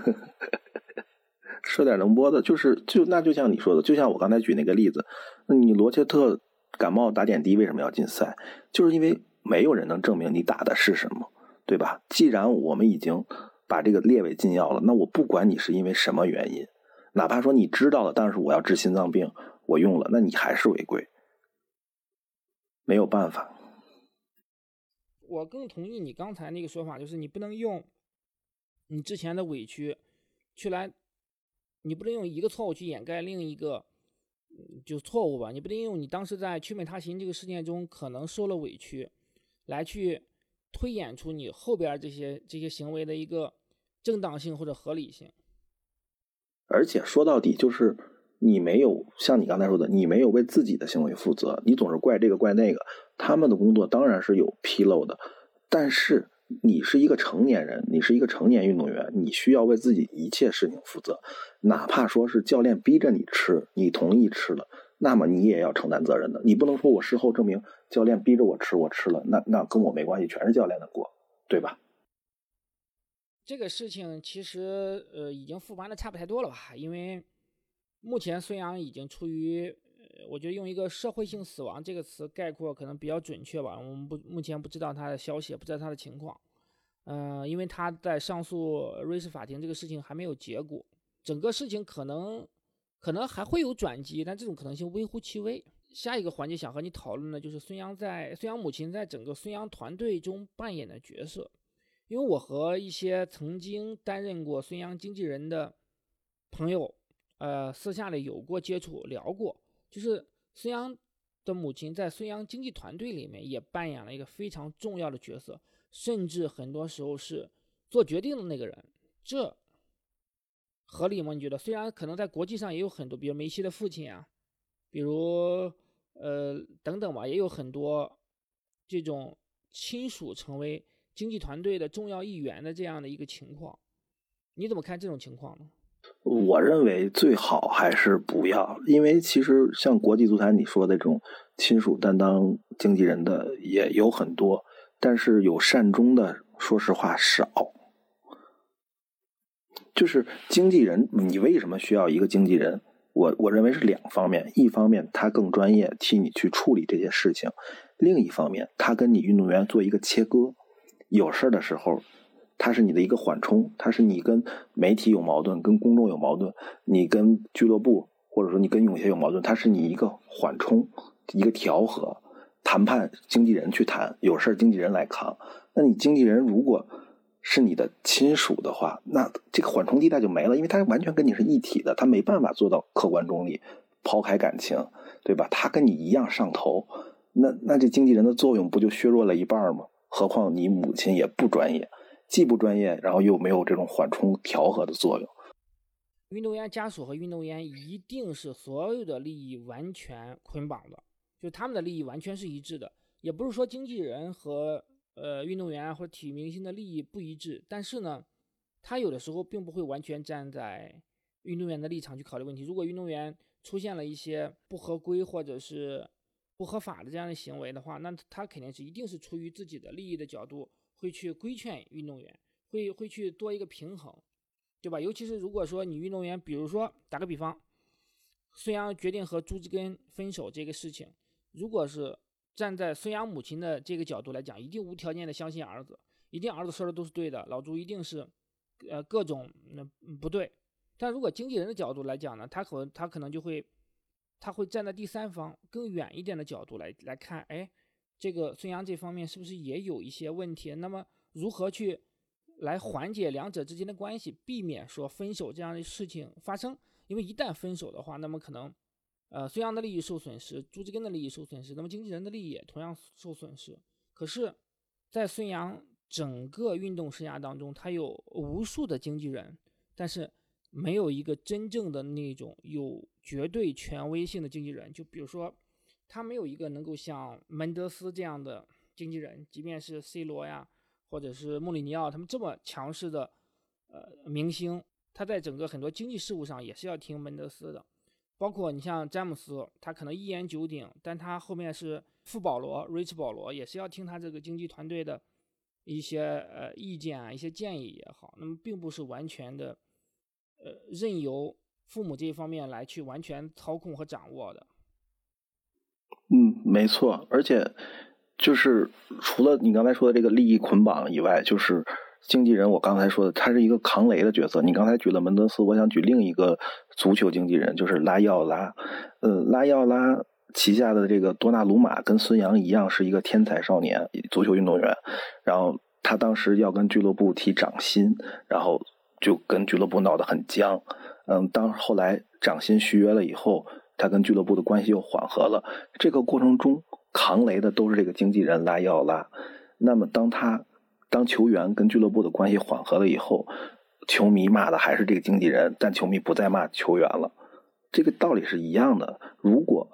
说点能播的，就是就那就像你说的，就像我刚才举那个例子，那你罗切特感冒打点滴为什么要禁赛？就是因为没有人能证明你打的是什么，对吧？既然我们已经把这个列为禁药了，那我不管你是因为什么原因，哪怕说你知道了，但是我要治心脏病，我用了，那你还是违规，没有办法。 我更同意你刚才那个说法，就是你不能用你之前的委屈去来，你不能用一个错误去掩盖另一个就错误吧，你不能用你当时在曲美他嗪这个事件中可能受了委屈来去推演出你后边这些这些行为的一个正当性或者合理性。 而且说到底就是你没有像你刚才说的，你没有为自己的行为负责，你总是怪这个怪那个。他们的工作当然是有纰漏的，但是你是一个成年人，你是一个成年运动员，你需要为自己一切事情负责。哪怕说是教练逼着你吃，你同意吃了，那么你也要承担责任的。你不能说我事后证明教练逼着我吃，我吃了，那那跟我没关系，全是教练的锅，对吧？ 这个事情其实呃已经复盘的差不太多了吧，因为目前孙杨已经处于呃我觉得用一个社会性死亡这个词概括可能比较准确吧。我们不目前不知道他的消息，也不知道他的情况，呃因为他在上诉瑞士法庭这个事情还没有结果，整个事情可能可能还会有转机，但这种可能性微乎其微。下一个环节想和你讨论的就是孙杨在孙杨母亲在整个孙杨团队中扮演的角色。因为我和一些曾经担任过孙杨经纪人的朋友，呃，私下里有过接触，聊过，就是孙杨的母亲在孙杨经纪团队里面也扮演了一个非常重要的角色，甚至很多时候是做决定的那个人。这合理吗？你觉得？虽然可能在国际上也有很多，比如梅西的父亲啊，比如呃等等吧，也有很多这种亲属成为经纪团队的重要一员的这样的一个情况，你怎么看这种情况呢？ 我认为最好还是不要，因为其实像国际足坛你说的这种亲属担当经纪人的也有很多，但是有善终的说实话少。就是经纪人，你为什么需要一个经纪人？我我认为是两方面，一方面他更专业，替你去处理这些事情；另一方面，他跟你运动员做一个切割。有事的时候，它是你的一个缓冲，它是你跟媒体有矛盾，跟公众有矛盾，你跟俱乐部或者说你跟泳协有矛盾，它是你一个缓冲，一个调和。谈判经纪人去谈，有事经纪人来扛。那你经纪人如果是你的亲属的话，那这个缓冲地带就没了，因为他完全跟你是一体的，他没办法做到客观中立，抛开感情，对吧？他跟你一样上头，那那这经纪人的作用不就削弱了一半吗？何况你母亲也不专业，既不专业，然后又没有这种缓冲调和的作用。 运动员家属和运动员一定是所有的利益完全捆绑的，就他们的利益完全是一致的，也不是说经纪人和呃运动员或者体育明星的利益不一致，但是呢，他有的时候并不会完全站在运动员的立场去考虑问题。如果运动员出现了一些不合规或者是不合法的这样的行为的话，那他肯定是一定是出于自己的利益的角度会去规劝运动员，会会去多一个平衡，对吧？尤其是如果说你运动员，比如说打个比方，孙杨决定和朱志根分手这个事情，如果是站在孙杨母亲的这个角度来讲，一定无条件的相信儿子，一定儿子说的都是对的，老朱一定是呃各种、呃、不对。但如果经纪人的角度来讲呢，他可他可能就会他会站在第三方更远一点的角度来来看，哎，这个孙杨这方面是不是也有一些问题？那么如何去来缓解两者之间的关系，避免说分手这样的事情发生？因为一旦分手的话，那么可能呃孙杨的利益受损失，朱志根的利益受损失，那么经纪人的利益也同样受损失。可是在孙杨整个运动生涯当中，他有无数的经纪人，但是没有一个真正的那种有绝对权威性的经纪人。就比如说他没有一个能够像门德斯这样的经纪人，即便是 C 罗呀或者是穆里尼奥他们这么强势的呃明星，他在整个很多经济事务上也是要听门德斯的。包括你像詹姆斯，他可能一言九鼎，但他后面是富保罗 Rich 保罗，也是要听他这个经纪团队的一些呃意见啊，一些建议也好，那么并不是完全的呃任由父母这一方面来去完全操控和掌握的。 嗯，没错，而且就是除了你刚才说的这个利益捆绑以外，就是经纪人，我刚才说的，他是一个扛雷的角色。你刚才举了门德斯，我想举另一个足球经纪人，就是拉伊奥拉。呃，拉伊奥拉旗下的这个多纳鲁马跟孙杨一样，是一个天才少年足球运动员。然后他当时要跟俱乐部提涨薪，然后就跟俱乐部闹得很僵。嗯，当后来涨薪续约了以后，他跟俱乐部的关系又缓和了。这个过程中扛雷的都是这个经纪人拉伊奥拉。那么当他当球员跟俱乐部的关系缓和了以后，球迷骂的还是这个经纪人，但球迷不再骂球员了。这个道理是一样的。如果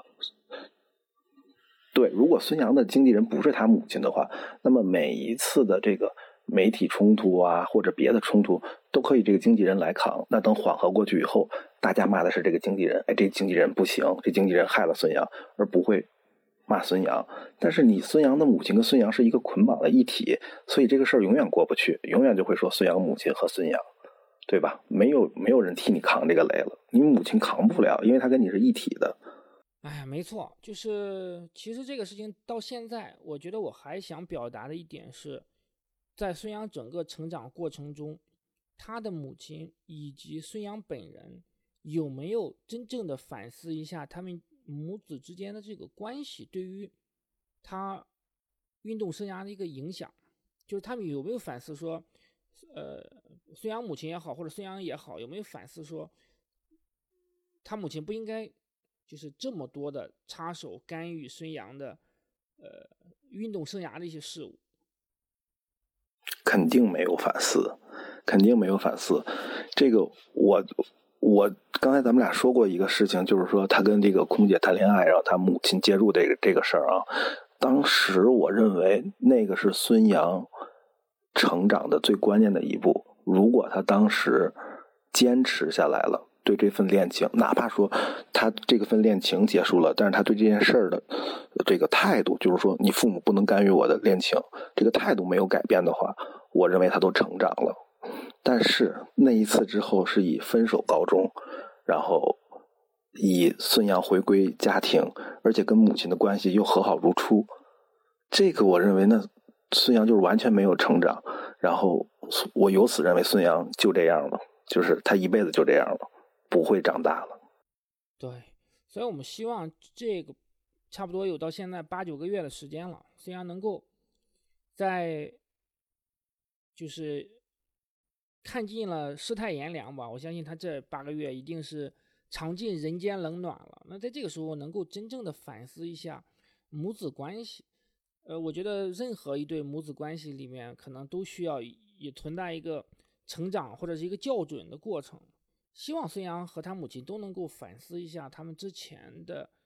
对，如果孙杨的经纪人不是他母亲的话，那么每一次的这个媒体冲突啊，或者别的冲突，都可以这个经纪人来扛。那等缓和过去以后，大家骂的是这个经纪人，哎，这经纪人不行，这经纪人害了孙杨，而不会骂孙杨。但是你孙杨的母亲跟孙杨是一个捆绑的一体，所以这个事儿永远过不去，永远就会说孙杨母亲和孙杨，对吧？没有没有人替你扛这个雷了，你母亲扛不了，因为他跟你是一体的。 哎呀，没错，就是其实这个事情到现在，我觉得我还想表达的一点是，在孙杨整个成长过程中，他的母亲以及孙杨本人有没有真正的反思一下他们母子之间的这个关系对于他运动生涯的一个影响？就是他们有没有反思说，呃，孙杨母亲也好，或者孙杨也好，有没有反思说，他母亲不应该就是这么多的插手干预孙杨的呃运动生涯的一些事物？ 肯定没有反思，肯定没有反思。这个我我刚才咱们俩说过一个事情，就是说他跟这个空姐谈恋爱，然后他母亲介入这个这个事儿啊。当时我认为那个是孙杨成长的最关键的一步。如果他当时坚持下来了，对这份恋情，哪怕说他这个份恋情结束了，但是他对这件事儿的这个态度，就是说你父母不能干预我的恋情，这个态度没有改变的话，我认为他都成长了。但是那一次之后是以分手告终，然后以孙杨回归家庭，而且跟母亲的关系又和好如初。这个我认为呢，孙杨就是完全没有成长，然后我由此认为孙杨就这样了，就是他一辈子就这样了，不会长大了。 对，所以我们希望这个差不多有到现在八九个月的时间了，孙杨能够在就是看尽了世态炎凉吧，我相信他这八个月一定是尝尽人间冷暖了。那在这个时候能够真正的反思一下母子关系，呃，我觉得任何一对母子关系里面可能都需要也存在一个成长或者是一个校准的过程。希望孙杨和他母亲都能够反思一下他们之前的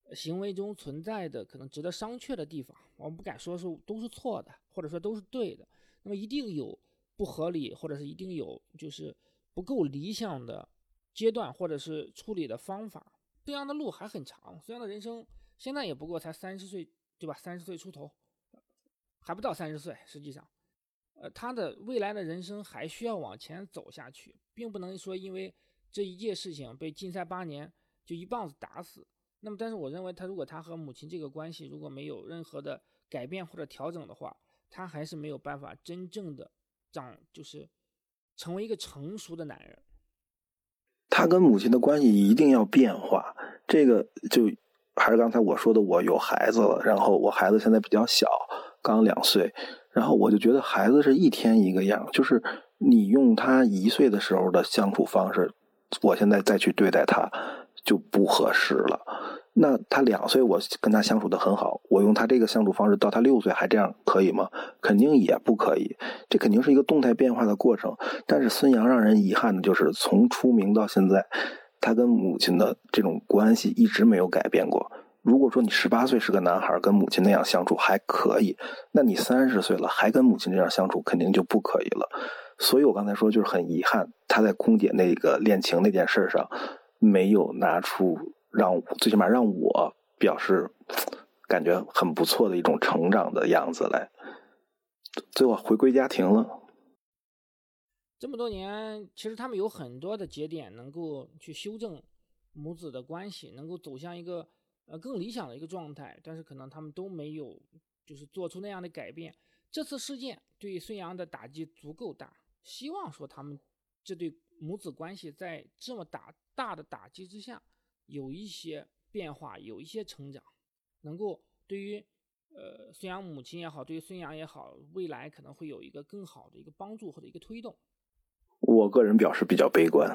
行为中存在的可能值得商榷的地方，我们不敢说是都是错的，或者说都是对的，那么一定有不合理，或者是一定有就是不够理想的阶段，或者是处理的方法。这样的路还很长，这样的人生现在也不过才三十岁，对吧？三十岁出头，还不到三十岁，实际上，呃，他的未来的人生还需要往前走下去，并不能说因为这一件事情被禁赛八年就一棒子打死。那么，但是我认为他如果他和母亲这个关系如果没有任何的改变或者调整的话，他还是没有办法真正的长，就是成为一个成熟的男人。 他跟母亲的关系一定要变化，这个就还是刚才我说的，我有孩子了，然后我孩子现在比较小，刚两岁，然后我就觉得孩子是一天一个样，就是你用他一岁的时候的相处方式，我现在再去对待他就不合适了。那他两岁我跟他相处的很好，我用他这个相处方式到他六岁还这样可以吗？肯定也不可以，这肯定是一个动态变化的过程。但是孙杨让人遗憾的就是从出名到现在，他跟母亲的这种关系一直没有改变过。如果说你十八岁是个男孩跟母亲那样相处还可以，那你三十岁了还跟母亲这样相处肯定就不可以了。所以我刚才说就是很遗憾，他在空姐那个恋情那件事上没有拿出让最起码让我表示感觉很不错的一种成长的样子来，最后回归家庭了。 这么多年，其实他们有很多的节点能够去修正母子的关系，能够走向一个呃更理想的一个状态，但是可能他们都没有就是做出那样的改变。这次事件对孙杨的打击足够大，希望说他们这对母子关系在这么大大的打击之下有一些变化，有一些成长，能够对于呃孙杨母亲也好，对于孙杨也好，未来可能会有一个更好的一个帮助或者一个推动。 我个人表示比较悲观。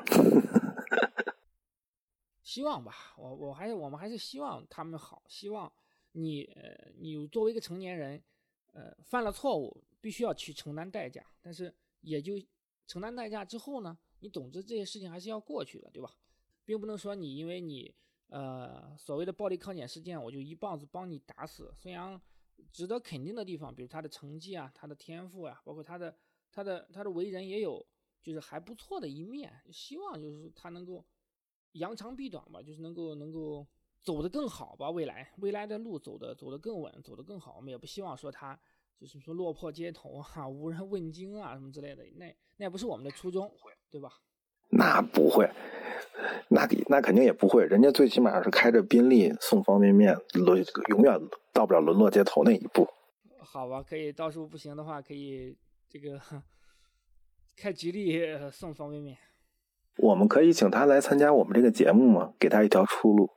希望吧，我我还是我们还是希望他们好，希望你呃你作为一个成年人，呃犯了错误必须要去承担代价，但是也就承担代价之后呢，你总之这些事情还是要过去的，对吧？并不能说你因为你呃所谓的暴力康检事件，我就一棒子帮你打死。孙杨值得肯定的地方，比如他的成绩啊，他的天赋啊，包括他的他的他的为人也有就是还不错的一面，希望就是他能够扬长避短吧，就是能够能够走得更好吧，未来未来的路走得走得更稳，走得更好。我们也不希望说他就是说落魄街头啊，无人问津啊什么之类的，那那也不是我们的初衷，对吧？ 那不会，那那肯定也不会，人家最起码是开着宾利送方便面，永远到不了沦落街头那一步。 好吧，可以，到时候不行的话，可以这个开吉利送方便面。 我们可以请他来参加我们这个节目吗？给他一条出路。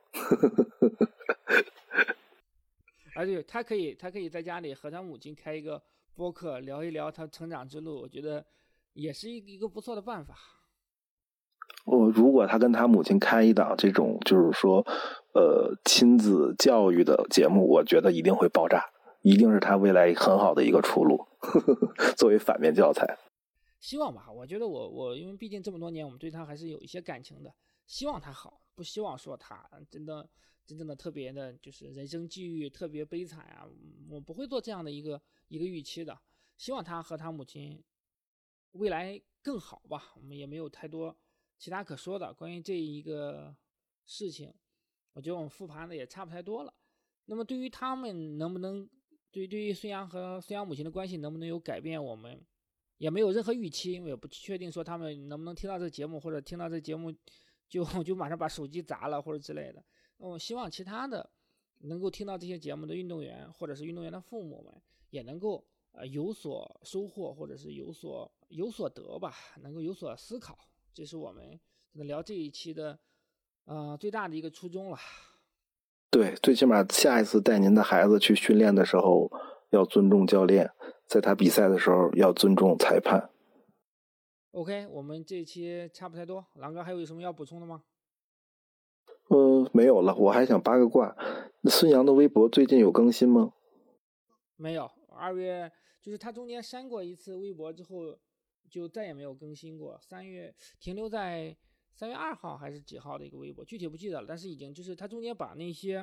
而且他可以，他可以在家里和他母亲开一个播客，聊一聊他成长之路，我觉得也是一个不错的办法。 我如果他跟他母亲开一档这种就是说呃亲子教育的节目，我觉得一定会爆炸，一定是他未来很好的一个出路。作为反面教材， 希望吧。我觉得我我因为毕竟这么多年我们对他还是有一些感情的，希望他好，不希望说他真的真正的特别的就是人生际遇特别悲惨啊，我不会做这样的一个一个预期的。希望他和他母亲未来更好吧，我们也没有太多其他可说的。关于这一个事情，我觉得我们复盘的也差不太多了。那么对于他们能不能对对于孙杨和孙杨母亲的关系能不能有改变，我们也没有任何预期，因为也不确定说他们能不能听到这个节目，或者听到这个节目就就马上把手机砸了或者之类的。我希望其他的能够听到这些节目的运动员或者是运动员的父母们也能够呃有所收获，或者是有所有所得吧，能够有所思考。这是我们聊这一期的呃最大的一个初衷了。 对，最起码下一次带您的孩子去训练的时候要尊重教练，在他比赛的时候要尊重裁判。 OK， 我们这一期差不太多，狼哥还有什么要补充的吗？ 呃，没有了，我还想八个卦。孙杨的微博最近有更新吗？ 没有，二月就是他中间删过一次微博之后，就再也没有更新过。三月停留在三月二号还是几号的一个微博，具体不记得了。但是已经就是他中间把那些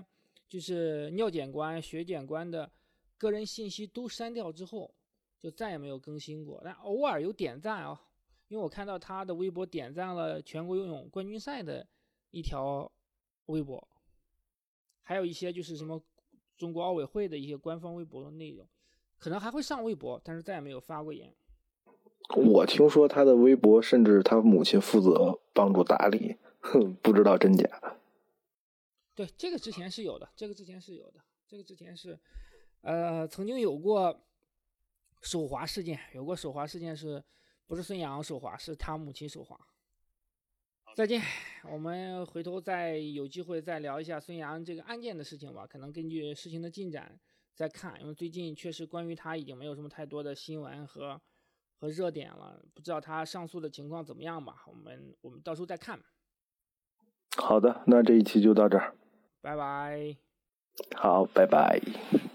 就是尿检官、血检官的个人信息都删掉之后，就再也没有更新过。但偶尔有点赞啊，因为我看到他的微博点赞了全国游泳冠军赛的一条微博，还有一些就是什么中国奥委会的一些官方微博的内容，可能还会上微博，但是再也没有发过言。 我听说他的微博甚至他母亲负责帮助打理，哼，不知道真假。 对，这个之前是有的，这个之前是有的，这个之前是，呃，曾经有过手滑事件，有过手滑事件是，不是孙杨手滑，是他母亲手滑。再见，我们回头再有机会再聊一下孙杨这个案件的事情吧，可能根据事情的进展再看，因为最近确实关于他已经没有什么太多的新闻和。和热点了，不知道他上诉的情况怎么样吧？我们我们到时候再看。 好的，那这一期就到这儿， 拜拜。 好，拜拜。